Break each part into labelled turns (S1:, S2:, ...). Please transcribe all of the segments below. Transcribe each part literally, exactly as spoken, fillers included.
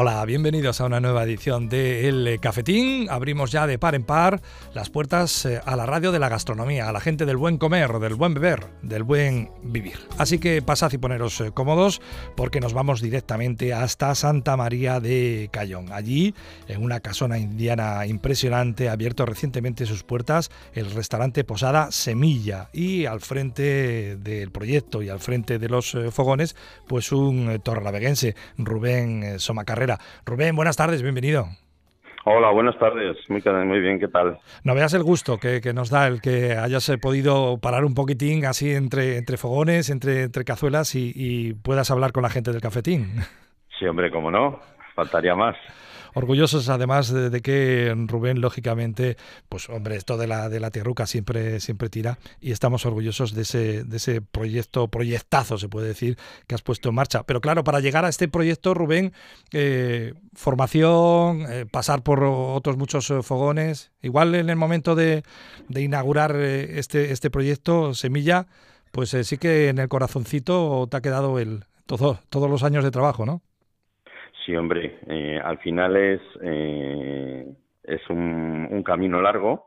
S1: Hola, bienvenidos a una nueva edición de El Cafetín. Abrimos ya de par en par las puertas a la radio de la gastronomía, a la gente del buen comer, del buen beber, del buen vivir. Así que pasad y poneros cómodos porque nos vamos directamente hasta Santa María de Cayón. Allí, en una casona indiana impresionante, ha abierto recientemente sus puertas el restaurante Posada Semilla y al frente del proyecto y al frente de los fogones, pues un torrelaveguense, Rubén Somacarrera. Rubén, buenas tardes, bienvenido.
S2: Hola, buenas tardes. Muy, muy bien, ¿qué tal?
S1: No veas el gusto que, que nos da el que hayas podido parar un poquitín así entre, entre fogones, entre, entre cazuelas y, y puedas hablar con la gente del cafetín.
S2: Sí, hombre, cómo no, faltaría más.
S1: Orgullosos además de, de que Rubén, lógicamente, pues hombre, esto de la de la tierruca siempre siempre tira y estamos orgullosos de ese de ese proyecto, proyectazo se puede decir, que has puesto en marcha. Pero claro, para llegar a este proyecto, Rubén, eh, formación, eh, pasar por otros muchos eh, fogones, igual en el momento de, de inaugurar eh, este este proyecto, Semilla, pues eh, sí que en el corazoncito te ha quedado el todo, todos los años de trabajo, ¿no?
S2: Sí, hombre, eh, al final es, eh, es un, un camino largo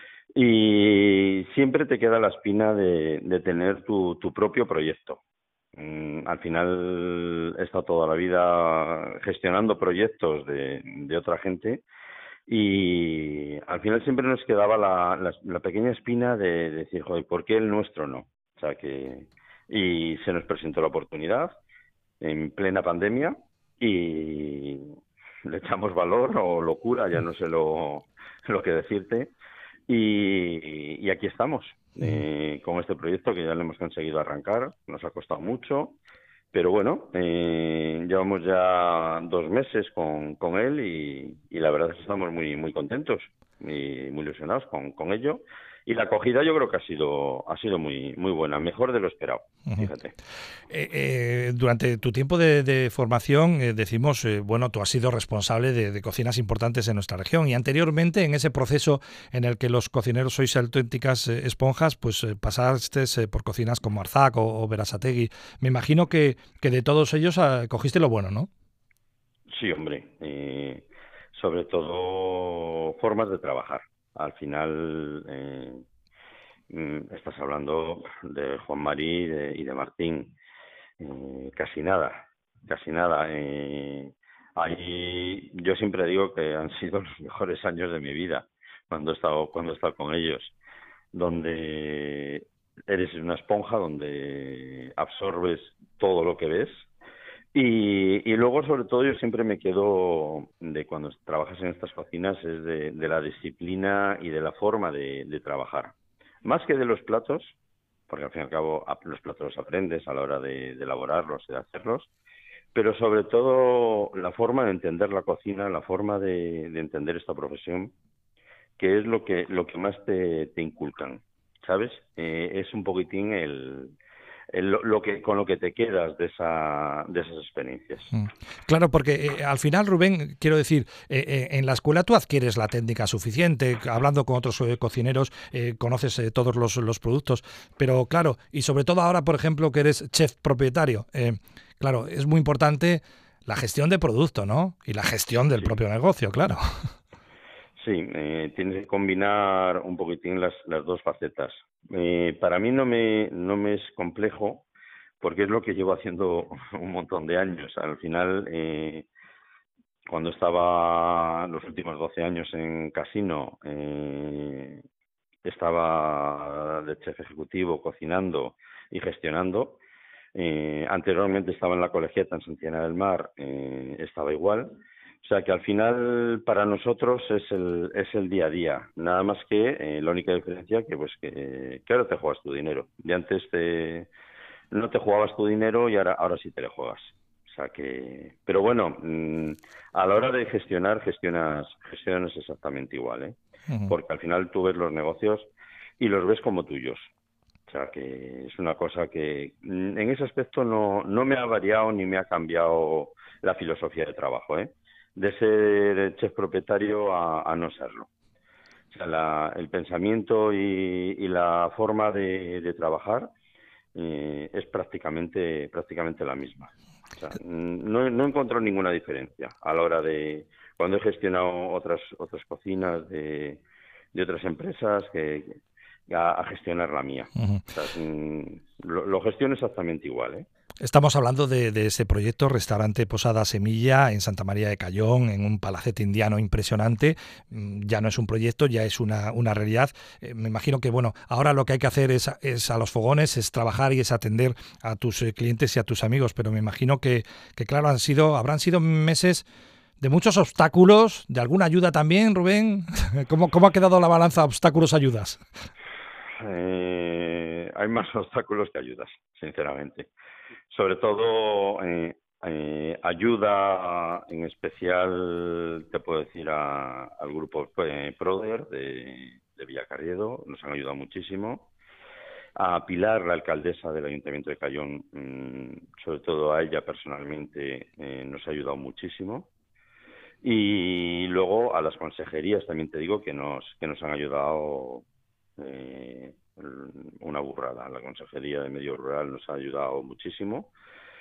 S2: y siempre te queda la espina de, de tener tu, tu propio proyecto. Mm, al final he estado toda la vida gestionando proyectos de, de otra gente y al final siempre nos quedaba la, la, la pequeña espina de, de decir, joder, ¿por qué el nuestro no? O sea que, y se nos presentó la oportunidad en plena pandemia y le echamos valor o locura, ya no sé lo, lo que decirte, y, y aquí estamos, eh, con este proyecto que ya lo hemos conseguido arrancar, nos ha costado mucho, pero bueno, eh, llevamos ya dos meses con, con él y, y la verdad es que estamos muy, muy contentos y muy ilusionados con, con ello. Y la acogida yo creo que ha sido ha sido muy muy buena, mejor de lo esperado, fíjate.
S1: Eh, eh, durante tu tiempo de, de formación, eh, decimos, eh, bueno, tú has sido responsable de, de cocinas importantes en nuestra región y anteriormente en ese proceso en el que los cocineros sois auténticas eh, esponjas, pues eh, pasaste eh, por cocinas como Arzac o, o Berasategui. Me imagino que, que de todos ellos eh, cogiste lo bueno, ¿no?
S2: Sí, hombre, eh, sobre todo formas de trabajar. Al final eh, mm, estás hablando de Juan Marí y de, y de Martín. Eh, casi nada, casi nada. Eh, ahí yo siempre digo que han sido los mejores años de mi vida cuando he estado, cuando he estado con ellos, donde eres una esponja, donde absorbes todo lo que ves. Y, y luego, sobre todo, yo siempre me quedo de cuando trabajas en estas cocinas, es de, de la disciplina y de la forma de, de trabajar. Más que de los platos, porque al fin y al cabo los platos los aprendes a la hora de, de elaborarlos y de hacerlos, pero sobre todo la forma de entender la cocina, la forma de, de entender esta profesión, que es lo que lo que más te, te inculcan, ¿sabes? Eh, es un poquitín el, el, lo que con lo que te quedas de esa de esas experiencias.
S1: Mm. Claro, porque eh, al final, Rubén, quiero decir, eh, eh, en la escuela tú adquieres la técnica suficiente, hablando con otros eh, cocineros, eh, conoces eh, todos los, los productos, pero claro, y sobre todo ahora, por ejemplo, que eres chef propietario, eh, claro, es muy importante la gestión de producto, ¿no? Y la gestión del
S2: Sí.
S1: propio negocio, claro.
S2: Sí, eh, tienes que combinar un poquitín las, las dos facetas. Eh, para mí no me, no me es complejo porque es lo que llevo haciendo un montón de años. Al final, eh, cuando estaba los últimos doce años en casino, eh, estaba de chef ejecutivo, cocinando y gestionando. Eh, anteriormente estaba en la colegiata en Santillana del Mar, eh, estaba igual. O sea que al final para nosotros es el, es el día a día. Nada más que eh, la única diferencia que pues que, que ahora te juegas tu dinero. De antes te, no te jugabas tu dinero y ahora, ahora sí te lo juegas. O sea que, pero bueno, mmm, a la hora de gestionar, gestionas, gestionas exactamente igual, ¿eh?
S1: Ujú.
S2: Porque al final tú ves los negocios y los ves como tuyos. O sea que es una cosa que mm, en ese aspecto no, no me ha variado ni me ha cambiado la filosofía de trabajo, ¿eh? De ser chef propietario a, a no serlo. O sea, la, el pensamiento y, y la forma de, de trabajar eh, es prácticamente, prácticamente la misma. O sea, no, no he encontrado ninguna diferencia a la hora de cuando he gestionado otras otras cocinas de, de otras empresas que a, a gestionar la mía.
S1: Uh-huh.
S2: O sea, es, lo, lo gestiono exactamente igual, ¿eh?
S1: Estamos hablando de, de ese proyecto Restaurante Posada Semilla en Santa María de Cayón, en un palacete indiano impresionante. Ya no es un proyecto, ya es una, una realidad. Eh, me imagino que, bueno, ahora lo que hay que hacer es, es a los fogones, es trabajar y es atender a tus eh, clientes y a tus amigos, pero me imagino que, que claro, han sido, habrán sido meses de muchos obstáculos, de alguna ayuda también, Rubén. ¿Cómo, cómo ha quedado la balanza obstáculos-ayudas?
S2: Eh, hay más obstáculos que ayudas, sinceramente. Sobre todo eh, eh, ayuda en especial, te puedo decir, a, al grupo eh, Proder de, de Villacarriedo, nos han ayudado muchísimo. A Pilar, la alcaldesa del Ayuntamiento de Cayón, mmm, sobre todo a ella personalmente, eh, nos ha ayudado muchísimo. Y luego a las consejerías también te digo que nos, que nos han ayudado eh, una burrada. La Consejería de Medio Rural nos ha ayudado muchísimo.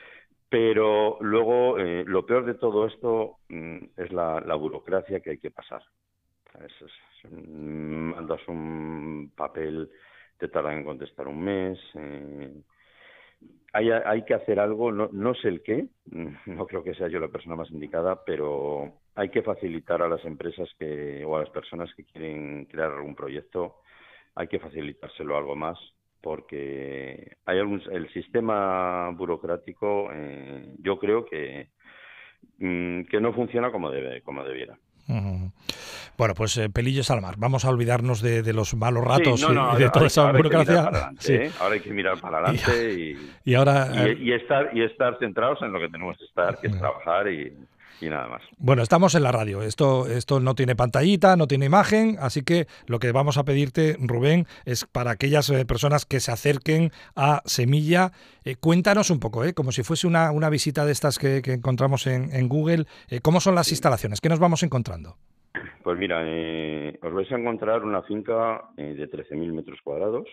S2: Pero luego, eh, lo peor de todo esto mm, es la, la burocracia que hay que pasar. Es, es, mandas un papel, te tardan en contestar un mes. Eh, hay, hay que hacer algo, no, no sé el qué, no creo que sea yo la persona más indicada, pero hay que facilitar a las empresas que o a las personas que quieren crear algún proyecto, hay que facilitárselo algo más, porque hay algún, el sistema burocrático, eh, yo creo que mm, que no funciona como debe, como debiera.
S1: Uh-huh. Bueno, pues eh, pelillos al mar. Vamos a olvidarnos de, de los malos ratos
S2: Sí, no, no,
S1: y de
S2: ahora,
S1: toda esa
S2: ahora hay que mirar
S1: burocracia.
S2: para adelante,
S1: Sí.
S2: ¿eh? Ahora hay que mirar para adelante y,
S1: y, y ahora
S2: y,
S1: eh,
S2: y estar y estar centrados en lo que tenemos que estar, que es trabajar y, y nada más.
S1: Bueno, estamos en la radio. Esto, esto no tiene pantallita, no tiene imagen, así que lo que vamos a pedirte, Rubén, es para aquellas eh, personas que se acerquen a Semilla, eh, cuéntanos un poco, eh, como si fuese una, una visita de estas que, que encontramos en, en Google, eh, ¿cómo son las
S2: Sí.
S1: instalaciones? ¿Qué nos vamos encontrando?
S2: Pues mira, eh, os vais a encontrar una finca eh, de trece mil metros cuadrados,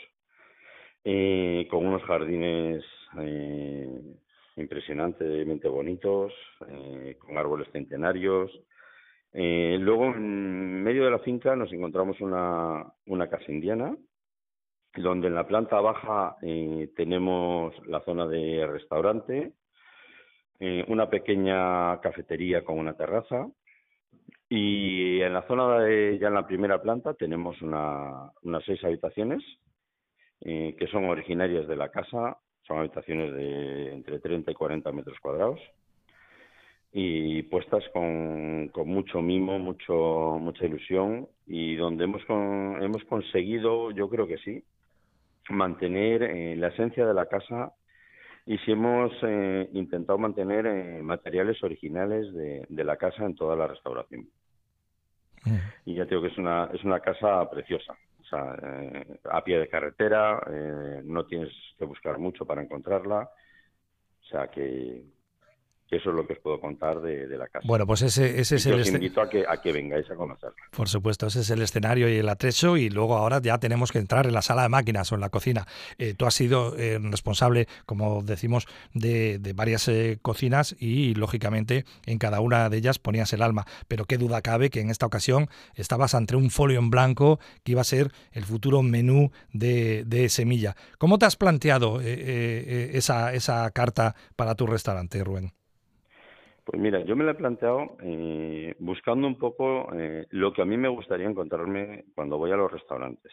S2: eh, con unos jardines eh, impresionantemente bonitos, eh, con árboles centenarios. Eh, luego, en medio de la finca, nos encontramos una, una casa indiana, donde en la planta baja eh, tenemos la zona de restaurante, eh, una pequeña cafetería con una terraza. Y en la zona de, ya en la primera planta tenemos una, unas seis habitaciones eh, que son originarias de la casa, son habitaciones de entre treinta y cuarenta metros cuadrados y puestas con, con mucho mimo, mucho mucha ilusión y donde hemos con, hemos conseguido, yo creo que sí, mantener eh, la esencia de la casa y si hemos eh, intentado mantener eh, materiales originales de, de la casa en toda la restauración. Y ya te digo que es una, es una casa preciosa. O sea, eh, a pie de carretera, eh, no tienes que buscar mucho para encontrarla. O sea, que, que eso es lo que os puedo contar de, de la casa.
S1: Bueno, pues ese, ese
S2: y
S1: es el...
S2: os invito a que, a que vengáis a conocerla.
S1: Por supuesto, ese es el escenario y el atrecho y luego ahora ya tenemos que entrar en la sala de máquinas o en la cocina. Eh, tú has sido eh, responsable, como decimos, de, de varias eh, cocinas y, lógicamente, en cada una de ellas ponías el alma. Pero qué duda cabe que en esta ocasión estabas ante un folio en blanco que iba a ser el futuro menú de, de Semilla. ¿Cómo te has planteado eh, eh, esa, esa carta para tu restaurante, Rubén?
S2: Pues mira, yo me la he planteado eh, buscando un poco eh, lo que a mí me gustaría encontrarme cuando voy a los restaurantes.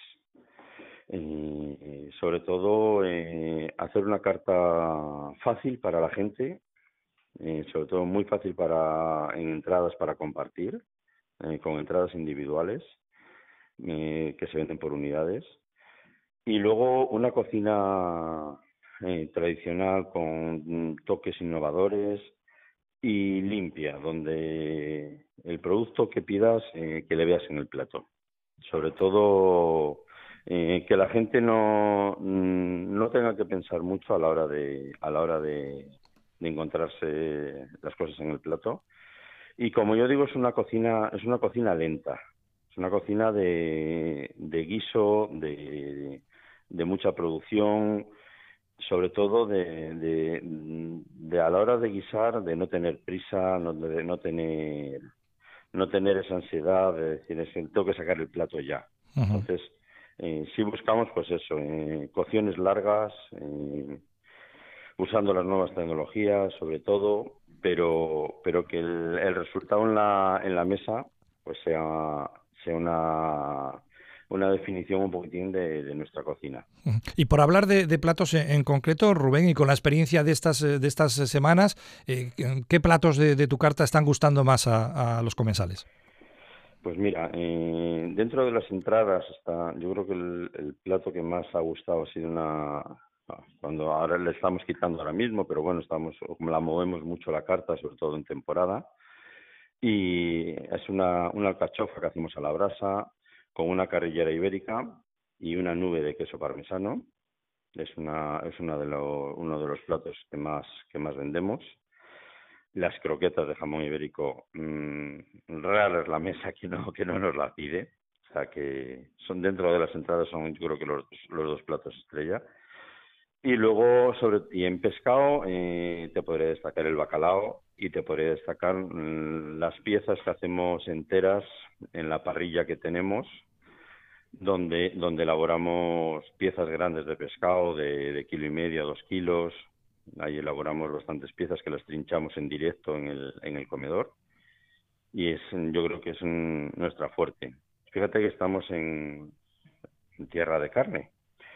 S2: Eh, sobre todo eh, hacer una carta fácil para la gente, eh, sobre todo muy fácil para en entradas para compartir, eh, con entradas individuales eh, que se venden por unidades. Y luego una cocina eh, tradicional con toques innovadores y limpia, donde el producto que pidas eh, que le veas en el plato. Sobre todo eh, que la gente no no tenga que pensar mucho a la hora de a la hora de, de encontrarse las cosas en el plato. Y como yo digo, es una cocina es una cocina lenta, es una cocina de, de guiso, de, de mucha producción. sobre todo de, de, de a la hora de guisar, de no tener prisa, no, de no tener no tener esa ansiedad de decir, es que tengo que sacar el plato ya.
S1: Uh-huh.
S2: Entonces, eh, sí buscamos, pues eso, eh, cocciones largas, eh, usando las nuevas tecnologías, sobre todo, pero pero que el, el resultado en la en la mesa, pues sea sea una una definición un poquitín de, de nuestra cocina.
S1: Y por hablar de, de platos en, en concreto, Rubén, y con la experiencia de estas de estas semanas, eh, ¿qué platos de, de tu carta están gustando más a, a los comensales?
S2: Pues mira, eh, dentro de las entradas está, yo creo que el, el plato que más ha gustado ha sido una, cuando ahora le estamos quitando ahora mismo, pero bueno, estamos, como la movemos mucho la carta, sobre todo en temporada, y es una, una alcachofa que hacemos a la brasa con una carrillera ibérica y una nube de queso parmesano. Es una, es una de lo, uno de los platos que más, que más vendemos. Las croquetas de jamón ibérico, mmm, rara es la mesa que no, que no nos la pide. O sea que son dentro de las entradas, son yo creo que los, los dos platos estrella. Y luego, sobre y en pescado, eh, te podré destacar el bacalao y te podré destacar mmm, las piezas que hacemos enteras en la parrilla que tenemos, donde, donde elaboramos piezas grandes de pescado, de, de kilo y medio a dos kilos. Ahí elaboramos bastantes piezas que las trinchamos en directo en el, en el comedor. Y es, yo creo que es un, nuestra fuerte. Fíjate que estamos en, en tierra de carne.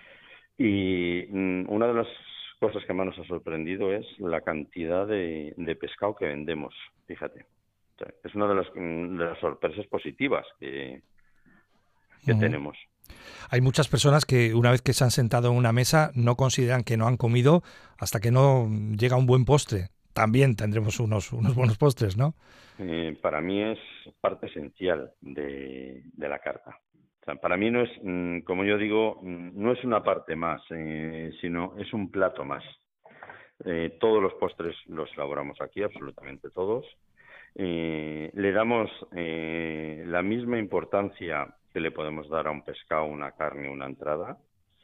S2: Y mm, una de las cosas que más nos ha sorprendido es la cantidad de, de pescado que vendemos, fíjate. O sea, es una de las, de las sorpresas positivas que, que uh-huh. tenemos.
S1: Hay muchas personas que una vez que se han sentado en una mesa no consideran que no han comido hasta que no llega un buen postre. También tendremos unos, unos buenos postres, ¿no?
S2: Eh, para mí es parte esencial de, de la carta. O sea, para mí no es, como yo digo, no es una parte más, eh, sino es un plato más. Eh, todos los postres los elaboramos aquí, absolutamente todos. Eh, le damos eh, la misma importancia que le podemos dar a un pescado, una carne, una entrada.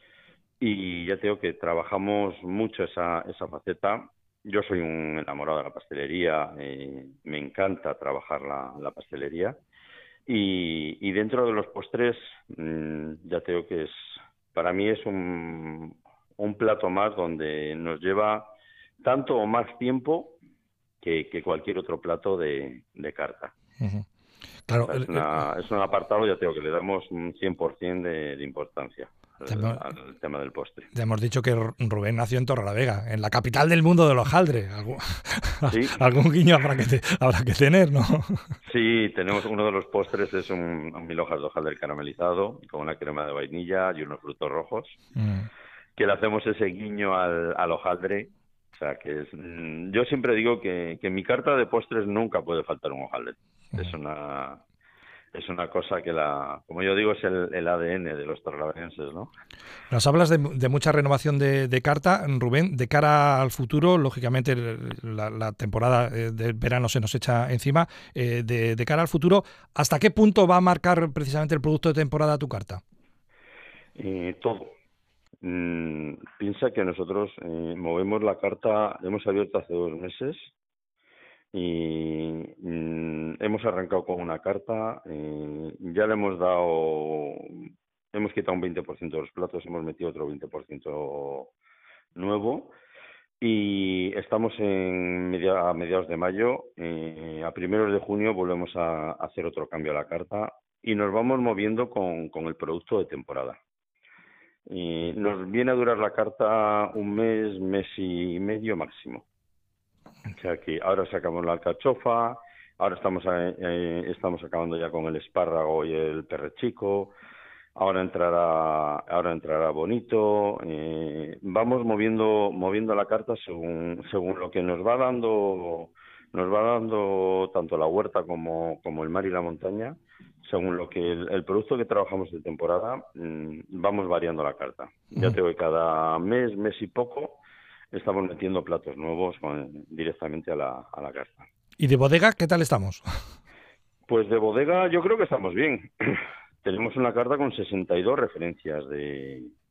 S2: Y ya te digo que trabajamos mucho esa, esa faceta. Yo soy un enamorado de la pastelería, eh, me encanta trabajar la, la pastelería. Y, y dentro de los postres, mmm, ya te digo que es, para mí es un, un plato más donde nos lleva tanto o más tiempo que, que cualquier otro plato de, de carta.
S1: Uh-huh. Claro,
S2: o sea, es, una, es un apartado, ya tengo que le damos un cien por ciento de, de importancia al, al tema del postre.
S1: Ya hemos dicho que Rubén nació en Torrelavega, en la capital del mundo del hojaldre. ¿Algún, ¿Sí? algún guiño habrá que, te, habrá que tener, ¿no?
S2: Sí, tenemos uno de los postres, es un, un mil hojas de hojaldre caramelizado con una crema de vainilla y unos frutos rojos, mm. que le hacemos ese guiño al, al hojaldre. O sea, que es, yo siempre digo que, que en mi carta de postres nunca puede faltar un hojaldre. Uh-huh. Es una es una cosa que, la como yo digo, es el, el A D N de los torrelavegenses, ¿no?
S1: Nos hablas de, de mucha renovación de, de carta, Rubén. De cara al futuro, lógicamente la, la temporada de verano se nos echa encima. Eh, de, de cara al futuro, ¿hasta qué punto va a marcar precisamente el producto de temporada tu carta?
S2: Eh, todo. Mm, piensa que nosotros eh, movemos la carta, hemos abierto hace dos meses y mm, hemos arrancado con una carta, eh, ya le hemos dado, hemos quitado un veinte por ciento de los platos, hemos metido otro veinte por ciento nuevo y estamos en media, a mediados de mayo, eh, a primeros de junio volvemos a, a hacer otro cambio a la carta y nos vamos moviendo con, con el producto de temporada. Y nos viene a durar la carta un mes, mes y medio máximo. O sea que ahora sacamos la alcachofa, ahora estamos eh, estamos acabando ya con el espárrago y el perrechico, ahora entrará ahora entrará bonito, eh, vamos moviendo moviendo la carta según según lo que nos va dando nos va dando tanto la huerta como como el mar y la montaña. Según lo que el, el producto que trabajamos de temporada, mmm, vamos variando la carta. Ya te digo que cada mes, mes y poco, estamos metiendo platos nuevos con, directamente a la, a la carta.
S1: ¿Y de bodega qué tal estamos?
S2: Pues de bodega yo creo que estamos bien. Tenemos una carta con sesenta y dos referencias de,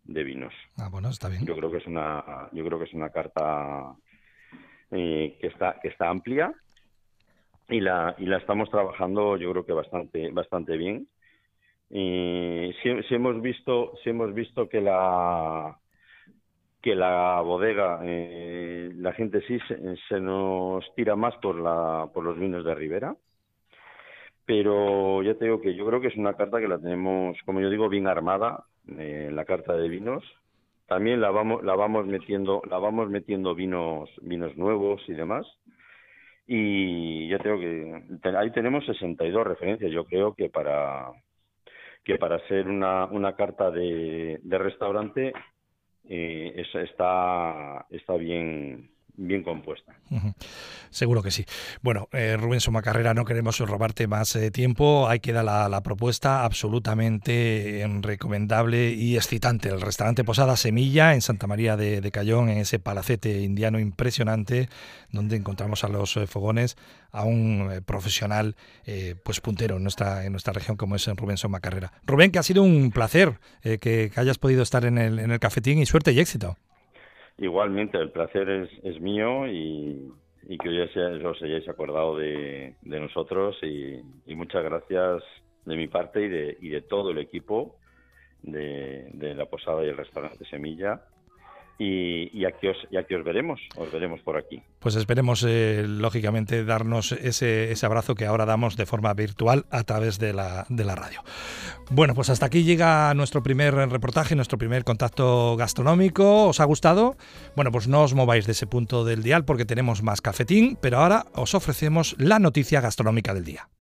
S2: de vinos.
S1: Ah, bueno, está bien.
S2: Yo creo que es una, yo creo que es una carta eh, que está que está amplia y la y la estamos trabajando, yo creo que bastante bastante bien. Y si, si hemos visto si hemos visto que la que la bodega, eh, la gente sí se, se nos tira más por la por los vinos de Ribera, pero ya te digo que yo creo que es una carta que la tenemos, como yo digo, bien armada, eh, la carta de vinos. También la vamos la vamos metiendo la vamos metiendo vinos vinos nuevos y demás. Y ya te digo que te, ahí tenemos sesenta y dos referencias. Yo creo que para que para ser una una carta de, de restaurante Eh, es, está está bien bien compuesta.
S1: Uh-huh. Seguro que sí. Bueno, eh, Rubén Somacarrera, no queremos robarte más eh, tiempo. Ahí queda la, la propuesta absolutamente eh, recomendable y excitante. El restaurante Posada Semilla en Santa María de, de Cayón, en ese palacete indiano impresionante, donde encontramos a los eh, fogones a un eh, profesional eh, pues puntero en nuestra en nuestra región, como es Rubén Somacarrera. Rubén, que ha sido un placer eh, que, que hayas podido estar en el, en el cafetín, y suerte y éxito.
S2: Igualmente, el placer es, es mío y, y que hoy os, os hayáis acordado de, de nosotros y, y muchas gracias de mi parte y de, y de todo el equipo de, de la Posada y el restaurante Semilla. Y, y, aquí os, y aquí os veremos, os veremos por aquí.
S1: Pues esperemos, eh, lógicamente, darnos ese, ese abrazo que ahora damos de forma virtual a través de la, de la radio. Bueno, pues hasta aquí llega nuestro primer reportaje, nuestro primer contacto gastronómico. ¿Os ha gustado? Bueno, pues no os mováis de ese punto del dial porque tenemos más cafetín, pero ahora os ofrecemos la noticia gastronómica del día.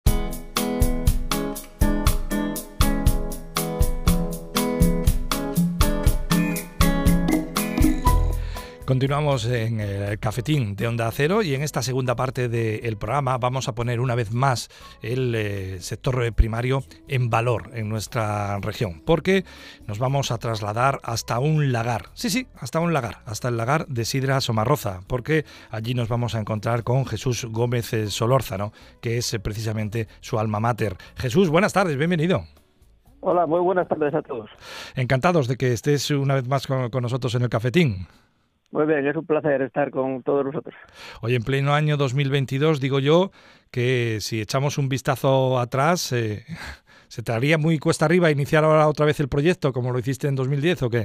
S1: Continuamos en el cafetín de Onda Cero y en esta segunda parte del programa vamos a poner una vez más el eh, sector primario en valor en nuestra región, porque nos vamos a trasladar hasta un lagar, sí, sí, hasta un lagar, hasta el lagar de Sidra Somarroza, porque allí nos vamos a encontrar con Jesús Gómez Solórzano, que es eh, precisamente su alma mater. Jesús, buenas tardes, bienvenido.
S3: Hola, muy buenas tardes a todos.
S1: Encantados de que estés una vez más con, con nosotros en el cafetín.
S3: Muy bien, es un placer estar con todos nosotros.
S1: Hoy en pleno año dos mil veintidós, digo yo, que si echamos un vistazo atrás, eh, ¿se te haría muy cuesta arriba iniciar ahora otra vez el proyecto como lo hiciste en dos mil diez o qué?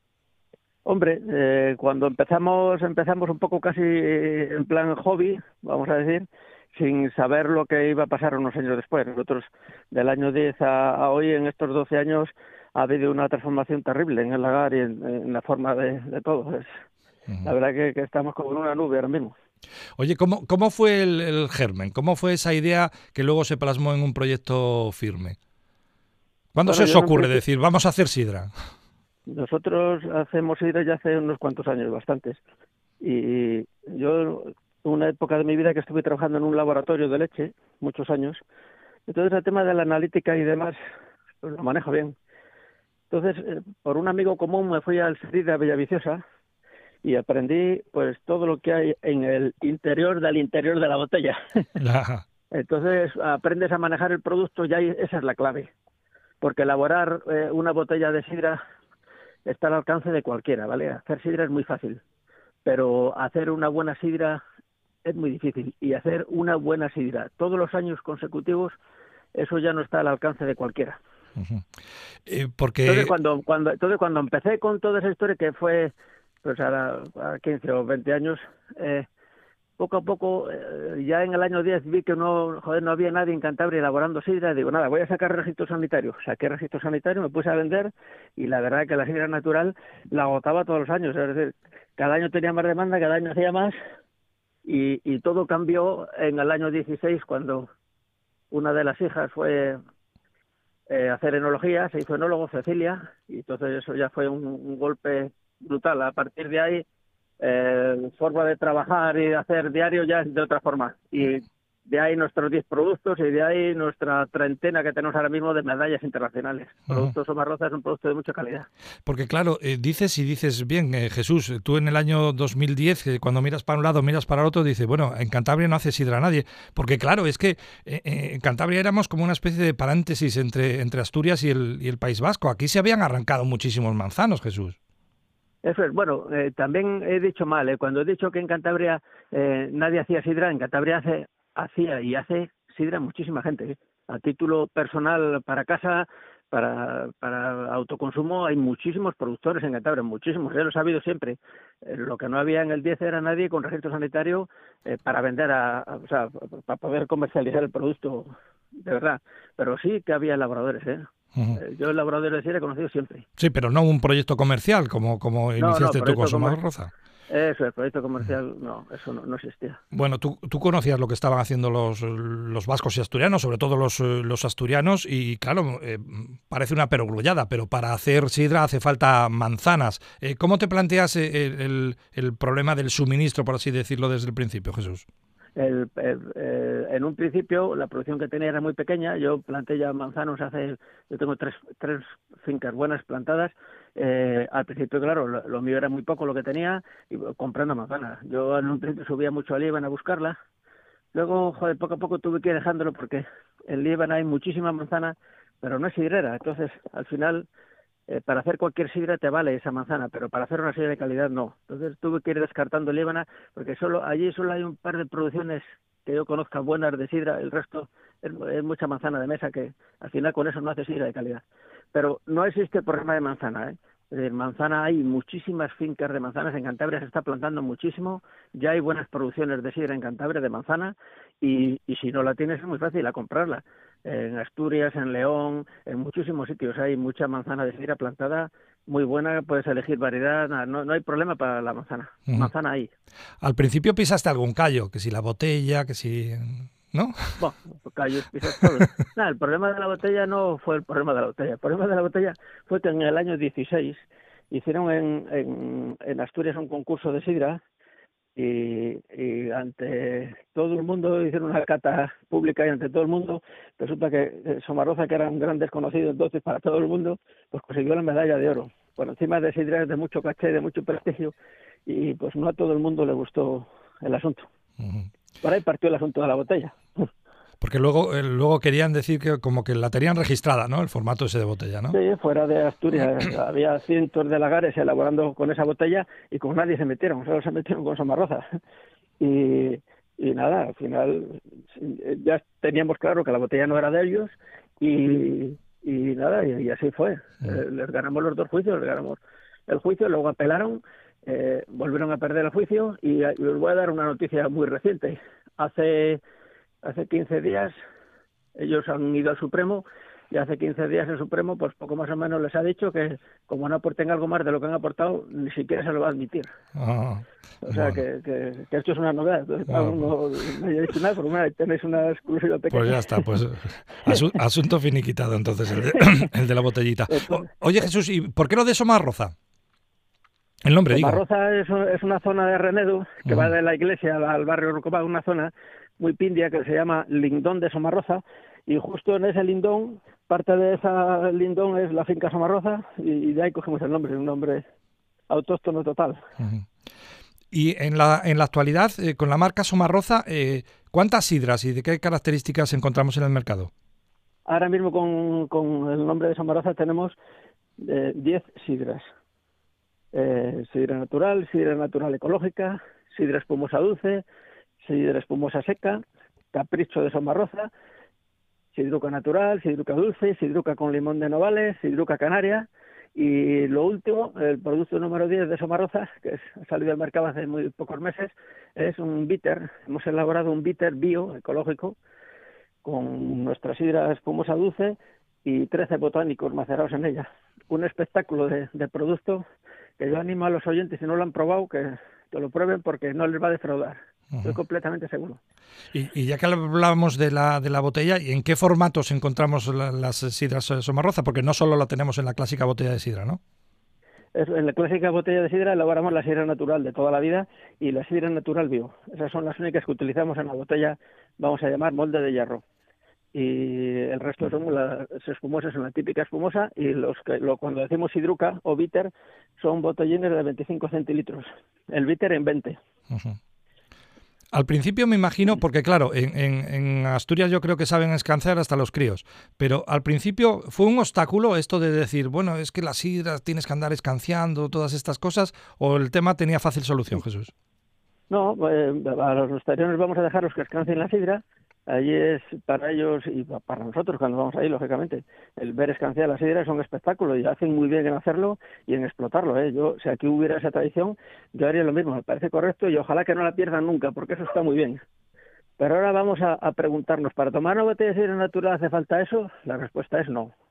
S3: Hombre, eh, cuando empezamos, empezamos un poco casi en plan hobby, vamos a decir, sin saber lo que iba a pasar unos años después. Nosotros, del año diez a, a hoy, en estos doce años, ha habido una transformación terrible en el lagar y en, en la forma de, de todo. Es, La verdad que, que estamos como en una nube ahora mismo.
S1: Oye, ¿cómo, cómo fue el, el germen? ¿Cómo fue esa idea que luego se plasmó en un proyecto firme? ¿Cuándo
S3: Bueno,
S1: se os ocurre no decir, vamos a hacer sidra?
S3: Nosotros hacemos sidra ya hace unos cuantos años, bastantes. Y yo, una época de mi vida que estuve trabajando en un laboratorio de leche, muchos años, entonces el tema de la analítica y demás, pues lo manejo bien. Entonces, eh, por un amigo común me fui al C E D I de Villaviciosa, y aprendí pues todo lo que hay en el interior del interior de la botella. Entonces aprendes a manejar el producto y ahí esa es la clave, porque elaborar eh, una botella de sidra está al alcance de cualquiera, ¿vale? Hacer sidra es muy fácil, pero hacer una buena sidra es muy difícil, y hacer una buena sidra todos los años consecutivos, eso ya no está al alcance de cualquiera.
S1: Uh-huh. eh, porque...
S3: Entonces cuando, cuando, entonces cuando empecé con toda esa historia, que fue pues ahora a quince o veinte años, eh, poco a poco, eh, ya en el año diez vi que no, joder, no había nadie en Cantabria elaborando sidra. Digo, nada, voy a sacar registro sanitario. Saqué registro sanitario, me puse a vender, y la verdad es que la sidra natural la agotaba todos los años. Es decir, cada año tenía más demanda, cada año hacía más, y, y todo cambió en el año dieciséis, cuando una de las hijas fue eh, a hacer enología, se hizo enólogo, Cecilia, y entonces eso ya fue un, un golpe brutal. A partir de ahí, eh, forma de trabajar y de hacer diario ya es de otra forma. Y De ahí nuestros diez productos y de ahí nuestra treintena que tenemos ahora mismo de medallas internacionales. Uh-huh. Producto Somarroza es un producto de mucha calidad.
S1: Porque claro, eh, dices y dices bien, eh, Jesús, tú en el año dos mil diez, eh, cuando miras para un lado, miras para el otro, dices, bueno, en Cantabria no hace sidra nadie. Porque claro, es que eh, eh, en Cantabria éramos como una especie de paréntesis entre, entre Asturias y el, y el País Vasco. Aquí se habían arrancado muchísimos manzanos, Jesús.
S3: Eso es, bueno, eh, también he dicho mal, eh, cuando he dicho que en Cantabria eh, nadie hacía sidra, en Cantabria hace... hacía y hace sidra muchísima gente, ¿eh? A título personal para casa, para para autoconsumo, hay muchísimos productores en Cantabria, muchísimos, ya lo he sabido siempre. Eh, lo que no había en el diez era nadie con registro sanitario eh, para vender, a, a, o sea, para poder comercializar el producto de verdad. Pero sí que había elaboradores, ¿eh? Uh-huh. eh yo elaboradores de sidra he conocido siempre.
S1: Sí, pero no un proyecto comercial como, como iniciaste
S3: no, no,
S1: tú con Somarroza.
S3: Eso, el proyecto comercial, no, eso no, no existía.
S1: Bueno, tú, tú conocías lo que estaban haciendo los, los vascos y asturianos, sobre todo los, los asturianos, y claro, eh, parece una perogrullada, pero para hacer sidra hace falta manzanas. Eh, ¿Cómo te planteas el, el, el problema del suministro, por así decirlo, desde el principio, Jesús?
S3: El, el, eh, en un principio la producción que tenía era muy pequeña. Yo planté ya manzanos hace, yo tengo tres, tres fincas buenas plantadas. Eh, al principio, claro, lo, lo mío era muy poco lo que tenía, y comprando manzanas. Yo en un principio subía mucho a Líbano a buscarla. Luego, joder, poco a poco tuve que ir dejándolo porque en Líbano hay muchísimas manzanas, pero no es sidrera. Entonces, al final, eh, para hacer cualquier sidra te vale esa manzana, pero para hacer una sidra de calidad no. Entonces tuve que ir descartando Líbano porque solo allí solo hay un par de producciones que yo conozca buenas de sidra, el resto es, es mucha manzana de mesa que al final con eso no hace sidra de calidad. Pero no existe problema de manzana, ¿eh? Es decir, manzana hay muchísimas fincas de manzanas, en Cantabria se está plantando muchísimo, ya hay buenas producciones de sidra en Cantabria de manzana y, y si no la tienes es muy fácil a comprarla. En Asturias, en León, en muchísimos sitios hay mucha manzana de sidra plantada, muy buena, puedes elegir variedad, no, no hay problema para la manzana, uh-huh. Manzana hay.
S1: Al principio pisaste algún callo, que si la botella, que si... ¿no?
S3: Bueno, callos pisas todo. Nada, el problema de la botella no fue el problema de la botella. El problema de la botella fue que en el año dieciséis hicieron en, en, en Asturias un concurso de sidra y, y ante todo el mundo hicieron una cata pública y ante todo el mundo resulta que Somarroza, que era un gran desconocido entonces para todo el mundo, pues consiguió la medalla de oro. Bueno, encima de sidra de mucho caché, de mucho prestigio y pues no a todo el mundo le gustó el asunto. Uh-huh. Por ahí partió el asunto de la botella.
S1: Porque luego eh, luego querían decir que como que la tenían registrada, ¿no? El formato ese de botella, ¿no?
S3: Sí, fuera de Asturias había cientos de lagares elaborando con esa botella y con nadie se metieron, solo se metieron con Somarroza. Y, y nada, al final ya teníamos claro que la botella no era de ellos y, y nada, y, y así fue. Sí. Eh, les ganamos los dos juicios, les ganamos el juicio, luego apelaron. Eh, volvieron a perder el juicio y, y os voy a dar una noticia muy reciente. Hace hace quince días ellos han ido al Supremo y hace quince días el Supremo pues poco más o menos les ha dicho que como no aporten algo más de lo que han aportado ni siquiera se lo va a admitir. Ah, o sea bueno. que, que, que esto es una novedad. Entonces, ah, no, no he dicho nada porque una, tenéis una exclusiva pequeña.
S1: Pues ya está, pues asu- asunto finiquitado entonces el de, el de la botellita. O, oye Jesús, ¿y por qué lo de Somarroza? El nombre, digo.
S3: Somarroza es, es una zona de Renedo que uh-huh. va de la iglesia al, al barrio Rocopá, una zona muy pindia que se llama Lindón de Somarroza y justo en ese lindón, parte de esa lindón es la finca Somarroza y, y de ahí cogemos el nombre, un nombre autóctono total.
S1: Uh-huh. Y en la en la actualidad, eh, con la marca Somarroza, eh, ¿cuántas sidras y de qué características encontramos en el mercado?
S3: Ahora mismo con, con el nombre de Somarroza tenemos eh, diez sidras. Eh, sidra natural, sidra natural ecológica, sidra espumosa dulce, sidra espumosa seca, capricho de Somarroza, sidruca natural, sidruca dulce, sidruca con limón de Novales, sidruca canaria y lo último, el producto número diez de Somarroza, que es, ha salido al mercado hace muy pocos meses, es un bitter. Hemos elaborado un bitter bio, ecológico, con nuestra sidra espumosa dulce y trece botánicos macerados en ella. Un espectáculo de, de producto que yo animo a los oyentes, si no lo han probado, que, que lo prueben porque no les va a defraudar. Uh-huh. Estoy completamente seguro.
S1: Y, y ya que hablábamos de la de la botella, ¿y en qué formatos encontramos la, las sidras Somarroza? Porque no solo la tenemos en la clásica botella de sidra, ¿no?
S3: es, en la clásica botella de sidra elaboramos la sidra natural de toda la vida y la sidra natural bio. Esas son las únicas que utilizamos en la botella, vamos a llamar molde de hierro. Y el resto son las espumosas, son la típica espumosa, y los que lo, cuando decimos sidruca o bitter son botellines de veinticinco centilitros, el bitter en veinte.
S1: Uh-huh. Al principio me imagino, porque claro, en, en, en Asturias yo creo que saben escanciar hasta los críos, pero al principio fue un obstáculo esto de decir, bueno, es que las sidras tienes que andar escanciando, todas estas cosas, o el tema tenía fácil solución, Jesús.
S3: No, eh, a los posteriores vamos a dejar los que escancien la sidra. Allí es para ellos y para nosotros cuando vamos ahí, lógicamente, el ver escanciar la sidra es un espectáculo y hacen muy bien en hacerlo y en explotarlo, ¿eh? Yo, si aquí hubiera esa tradición, yo haría lo mismo, me parece correcto y ojalá que no la pierdan nunca, porque eso está muy bien. Pero ahora vamos a, a preguntarnos, ¿para tomar una botella de sidra natural hace falta eso? La respuesta es no.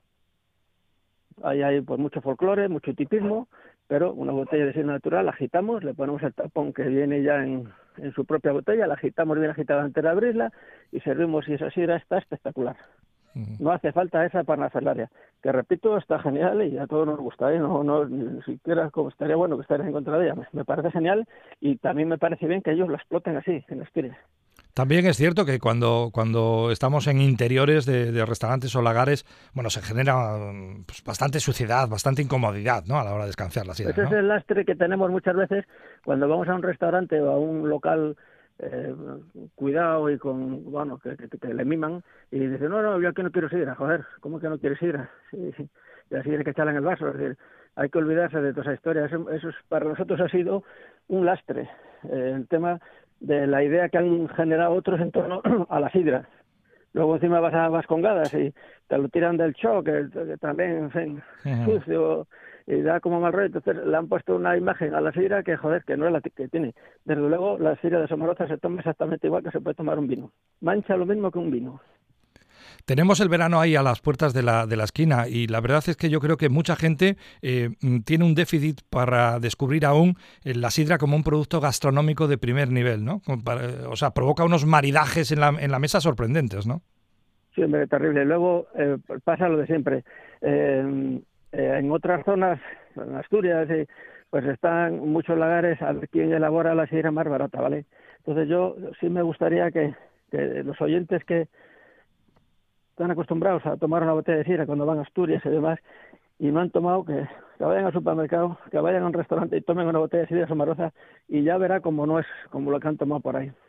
S3: Ahí hay pues mucho folclore, mucho tipismo, pero una botella de sidra natural la agitamos, le ponemos el tapón que viene ya en, en su propia botella, la agitamos bien agitada antes de abrirla y servimos, y esa sidra está espectacular. Uh-huh. No hace falta esa parnafalaria, que repito, está genial y a todos nos gusta, ¿eh? No, no, ni siquiera como estaría bueno que estarías en contra de ella. Me, me parece genial y también me parece bien que ellos la exploten así, en Asturias.
S1: También es cierto que cuando, cuando estamos en interiores de, de restaurantes o lagares, bueno, se genera pues, bastante suciedad, bastante incomodidad, ¿no? A la hora de escanciar la sidra,
S3: Ese
S1: ¿no?
S3: es el lastre que tenemos muchas veces cuando vamos a un restaurante o a un local eh, cuidado y con, bueno, que, que, que le miman y dicen, no, no, yo aquí no quiero sidra. Joder, ¿cómo que no quieres sidra? Sí, sí. Y así hay que echarla en el vaso. Es decir, hay que olvidarse de toda esa historia. Eso, eso es, para nosotros ha sido un lastre. Eh, el tema de la idea que han generado otros en torno a la sidra. Luego encima vas a Vascongadas y te lo tiran del show, que, que también, en fin, uh-huh. sucio, y da como mal rollo. Entonces le han puesto una imagen a la sidra que, joder, que no es la que tiene. Desde luego, la sidra de Somoroza se toma exactamente igual que se puede tomar un vino. Mancha lo mismo que un vino.
S1: Tenemos el verano ahí a las puertas de la, de la esquina y la verdad es que yo creo que mucha gente eh, tiene un déficit para descubrir aún la sidra como un producto gastronómico de primer nivel, ¿no? Para, o sea, provoca unos maridajes en la, en la mesa sorprendentes, ¿no?
S3: Sí, hombre, terrible. Luego eh, pasa lo de siempre. Eh, eh, en otras zonas, en Asturias, eh, pues están muchos lagares a ver quién elabora la sidra más barata, ¿vale? Entonces yo sí me gustaría que, que los oyentes que están acostumbrados a tomar una botella de sidra cuando van a Asturias y demás, y no han tomado, que, que vayan al supermercado, que vayan a un restaurante y tomen una botella de sidra Somoroza y ya verá como no es como lo que han tomado por ahí.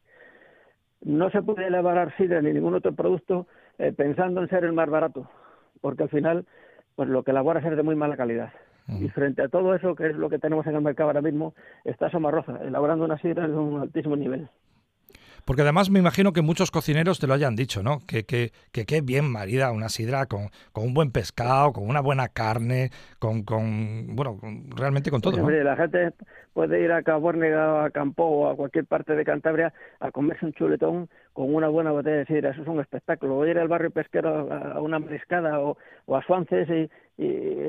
S3: No se puede elaborar sidra ni ningún otro producto eh, pensando en ser el más barato, porque al final pues lo que elabora es de muy mala calidad. Uh-huh. Y frente a todo eso, que es lo que tenemos en el mercado ahora mismo, está Somoroza, elaborando una sidra de un altísimo nivel.
S1: Porque además me imagino que muchos cocineros te lo hayan dicho, ¿no? Que qué que, que bien marida una sidra con, con un buen pescado, con una buena carne, con, con bueno, con, realmente con todo, ¿no?
S3: La gente puede ir a Cabórnega, a Campó o a cualquier parte de Cantabria a comerse un chuletón con una buena botella de sidra. Eso es un espectáculo. O ir al barrio pesquero a una mariscada o, o a Suances y, y,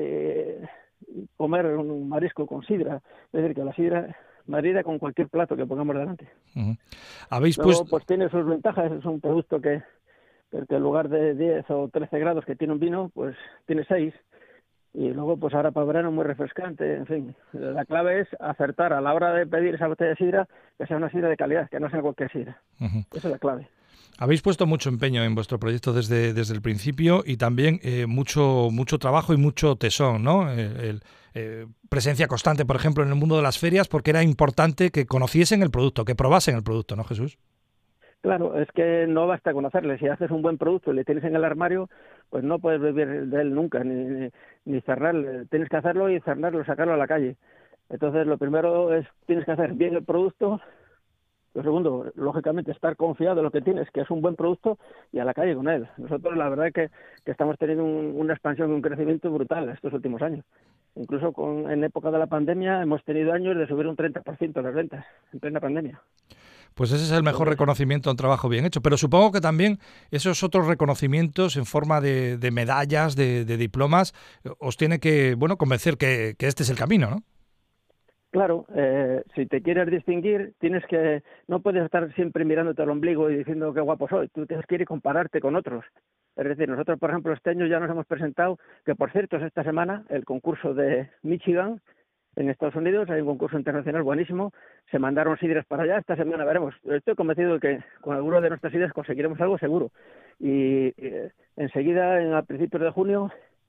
S3: y comer un marisco con sidra. Es decir, que la sidra marida con cualquier plato que pongamos delante.
S1: Uh-huh. ¿Habéis
S3: Luego,
S1: puesto...
S3: pues tiene sus ventajas, es un producto que, que en lugar de diez o trece grados que tiene un vino, pues tiene seis, y luego pues ahora para verano muy refrescante, en fin. La clave es acertar a la hora de pedir esa botella de sidra, que sea una sidra de calidad, que no sea cualquier sidra. Uh-huh. Esa es la clave.
S1: Habéis puesto mucho empeño en vuestro proyecto desde, desde el principio y también eh, mucho mucho trabajo y mucho tesón, ¿no? El, el, eh, presencia constante, por ejemplo, en el mundo de las ferias, porque era importante que conociesen el producto, que probasen el producto, ¿no, Jesús?
S3: Claro, es que no basta conocerle. Si haces un buen producto y le tienes en el armario, pues no puedes vivir de él nunca, ni, ni, ni cerrarle. Tienes que hacerlo y cerrarlo, sacarlo a la calle. Entonces, lo primero es, tienes que hacer bien el producto. Lo segundo, lógicamente, estar confiado en lo que tienes, que es un buen producto, y a la calle con él. Nosotros, la verdad es que, que estamos teniendo un, una expansión y un crecimiento brutal estos últimos años. Incluso con, en época de la pandemia hemos tenido años de subir un treinta por ciento las ventas, en plena pandemia.
S1: Pues ese es el mejor reconocimiento a un trabajo bien hecho. Pero supongo que también esos otros reconocimientos en forma de, de medallas, de, de diplomas, os tiene que, bueno, convencer que, que este es el camino, ¿no?
S3: Claro, eh, si te quieres distinguir, tienes que, no puedes estar siempre mirándote al ombligo y diciendo qué guapo soy, tú tienes que ir y compararte con otros. Es decir, nosotros, por ejemplo, este año ya nos hemos presentado, que por cierto es esta semana, el concurso de Michigan, en Estados Unidos, hay un concurso internacional buenísimo, se mandaron sidras para allá, esta semana veremos. Estoy convencido de que con alguno de nuestras sidras conseguiremos algo seguro. Y eh, enseguida, en, a principios de junio,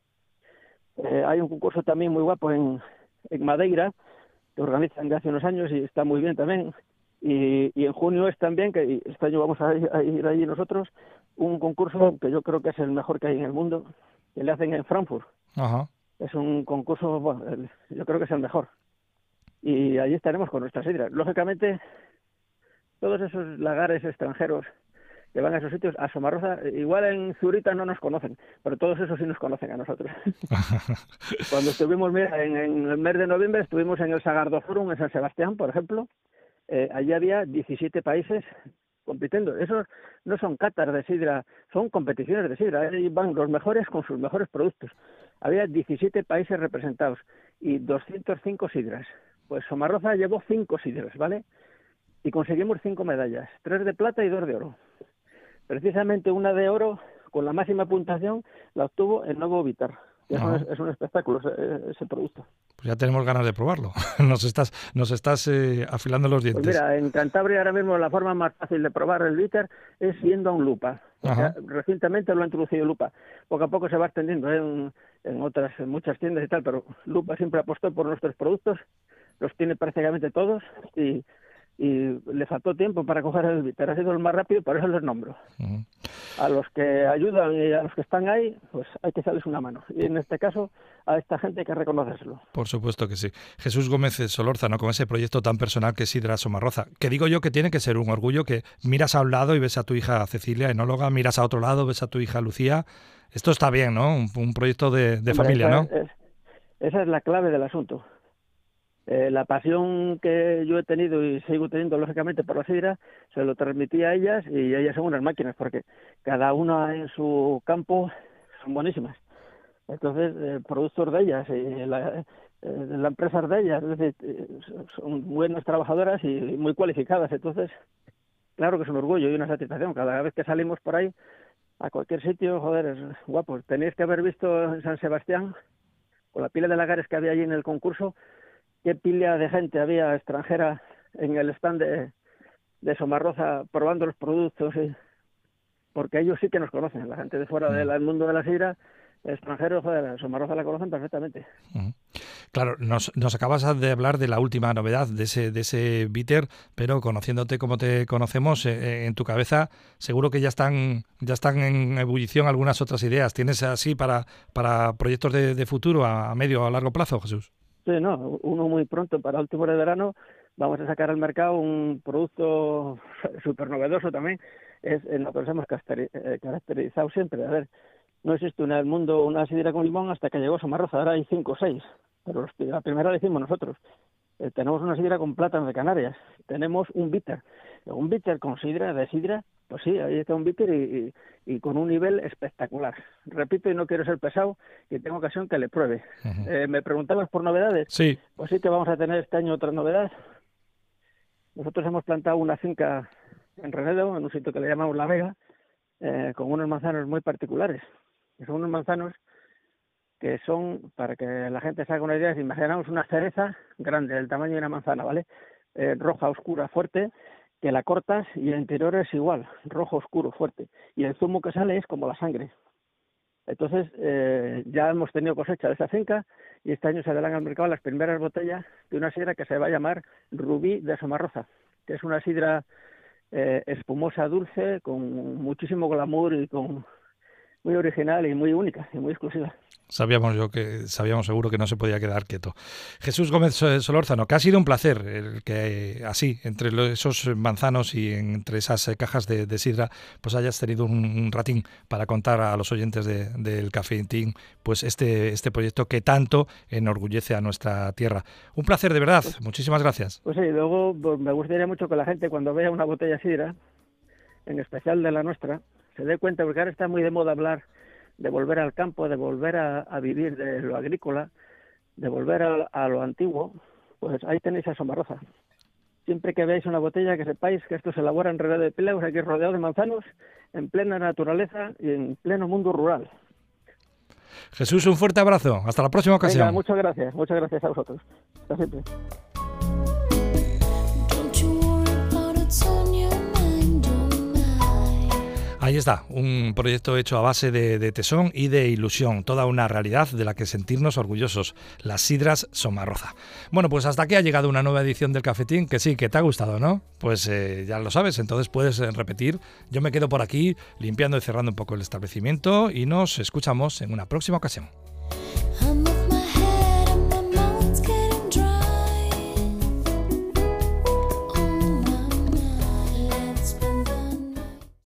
S3: eh, hay un concurso también muy guapo en, en Madeira, que organizan de hace unos años y está muy bien también. Y, y en junio es también, que este año vamos a ir, a ir allí nosotros, un concurso que yo creo que es el mejor que hay en el mundo, que le hacen en Frankfurt.
S1: Ajá.
S3: Es un concurso, bueno, el, yo creo que es el mejor. Y allí estaremos con nuestras sidras. Lógicamente, todos esos lagares extranjeros que van a esos sitios, a Somarroza, igual en Zurita no nos conocen, pero todos esos sí nos conocen a nosotros. Cuando estuvimos, mira, en, en el mes de noviembre, estuvimos en el Sagardo Forum en San Sebastián, por ejemplo, eh, allí había diecisiete países compitiendo. Esos no son catas de sidra, son competiciones de sidra, ahí van los mejores con sus mejores productos. Había diecisiete países representados y doscientas cinco sidras. Pues Somarroza llevó cinco sidras, ¿vale? Y conseguimos cinco medallas, tres de plata y dos de oro. Precisamente una de oro, con la máxima puntuación, la obtuvo el Nuevo Vitar. Es, un, es un espectáculo ese, ese producto.
S1: Pues ya tenemos ganas de probarlo. Nos estás, nos estás eh, afilando los dientes.
S3: Pues mira, en Cantabria ahora mismo la forma más fácil de probar el bitter es yendo a un lupa. O sea, recientemente lo ha introducido Lupa. Poco a poco se va extendiendo ¿eh? en, en otras, en muchas tiendas y tal, pero Lupa siempre apostó por nuestros productos, los tiene prácticamente todos y y le faltó tiempo para coger el bitter, ha sido el más rápido, por eso les nombro. Uh-huh. A los que ayudan y a los que están ahí, pues hay que echarles una mano. Y en este caso, a esta gente hay que reconocérselo.
S1: Por supuesto que sí. Jesús Gómez Solórzano, con ese proyecto tan personal que es Sidra Somarroza, que digo yo que tiene que ser un orgullo, que miras a un lado y ves a tu hija Cecilia, enóloga, miras a otro lado, ves a tu hija Lucía. Esto está bien, ¿no? Un, un proyecto de, de Hombre, familia,
S3: esa
S1: ¿no?
S3: Es, esa es la clave del asunto. Eh, la pasión que yo he tenido y sigo teniendo, lógicamente, por la sidra, se lo transmití a ellas y ellas son unas máquinas, porque cada una en su campo son buenísimas. Entonces, eh, productos de ellas, y la, eh, la empresa de ellas, es decir, eh, son buenas trabajadoras y muy cualificadas. Entonces, claro que es un orgullo y una satisfacción. Cada vez que salimos por ahí, a cualquier sitio, joder, es guapo. Tenéis que haber visto en San Sebastián, con la pila de lagares que había allí en el concurso, qué pila de gente había extranjera en el stand de, de Somarroza probando los productos, y, porque ellos sí que nos conocen, la gente de fuera mm. del mundo de la sidra, extranjeros, joder, Somarroza la conocen perfectamente.
S1: Mm. Claro, nos, nos acabas de hablar de la última novedad, de ese de ese bitter, pero conociéndote como te conocemos, eh, en tu cabeza seguro que ya están ya están en ebullición algunas otras ideas. ¿Tienes así para, para proyectos de, de futuro a, a medio o a largo plazo, Jesús?
S3: Sí, no, uno muy pronto, para último de verano, vamos a sacar al mercado un producto súper novedoso también, es en lo que nos hemos caracterizado siempre. A ver, no existe una, en el mundo una sidra con limón hasta que llegó Somarroza, ahora hay cinco o seis, pero los, la primera la hicimos nosotros. Eh, tenemos una sidra con plátanos de Canarias, tenemos un bitter, un bitter con sidra de sidra, pues sí, ahí está un bitter y, y, y con un nivel espectacular. Repito, y no quiero ser pesado, que tengo ocasión que le pruebe. Uh-huh. Eh, ¿Me preguntabas por novedades?
S1: Sí.
S3: Pues sí que vamos a tener este año otra novedad. Nosotros hemos plantado una finca en Renedo, en un sitio que le llamamos La Vega, eh, con unos manzanos muy particulares. Que son unos manzanos que son, para que la gente se haga una idea, si imaginamos una cereza grande, del tamaño de una manzana, ¿vale? Eh, roja, oscura, fuerte, que la cortas y el interior es igual, rojo, oscuro, fuerte. Y el zumo que sale es como la sangre. Entonces, eh, ya hemos tenido cosecha de esa finca y este año se saldrán al mercado las primeras botellas de una sidra que se va a llamar Rubí de Somarroza, que es una sidra eh, espumosa, dulce, con muchísimo glamour y con muy original y muy única y muy exclusiva.
S1: Sabíamos yo que sabíamos seguro que no se podía quedar quieto. Jesús Gómez Solórzano, que ha sido un placer el que así, entre esos manzanos y entre esas cajas de, de sidra, pues hayas tenido un, un ratín para contar a los oyentes de, del Cafetín pues este, este proyecto que tanto enorgullece a nuestra tierra. Un placer de verdad, pues, muchísimas gracias.
S3: Pues sí, luego pues, me gustaría mucho que la gente cuando vea una botella de sidra, en especial de la nuestra, se dé cuenta, porque ahora está muy de moda hablar de volver al campo, de volver a, a vivir de lo agrícola, de volver a, a lo antiguo, pues ahí tenéis a Somarroza. Siempre que veáis una botella, que sepáis que esto se elabora en Reguedo de Pilaus, aquí rodeado de manzanos, en plena naturaleza y en pleno mundo rural.
S1: Jesús, un fuerte abrazo. Hasta la próxima ocasión.
S3: Venga, muchas gracias. Muchas gracias a vosotros. Hasta siempre.
S1: Ahí está, un proyecto hecho a base de, de tesón y de ilusión, toda una realidad de la que sentirnos orgullosos, las sidras Somarroza. Bueno, pues hasta aquí ha llegado una nueva edición del Cafetín, que sí, que te ha gustado, ¿no? Pues eh, ya lo sabes, entonces puedes eh, repetir. Yo me quedo por aquí limpiando y cerrando un poco el establecimiento y nos escuchamos en una próxima ocasión.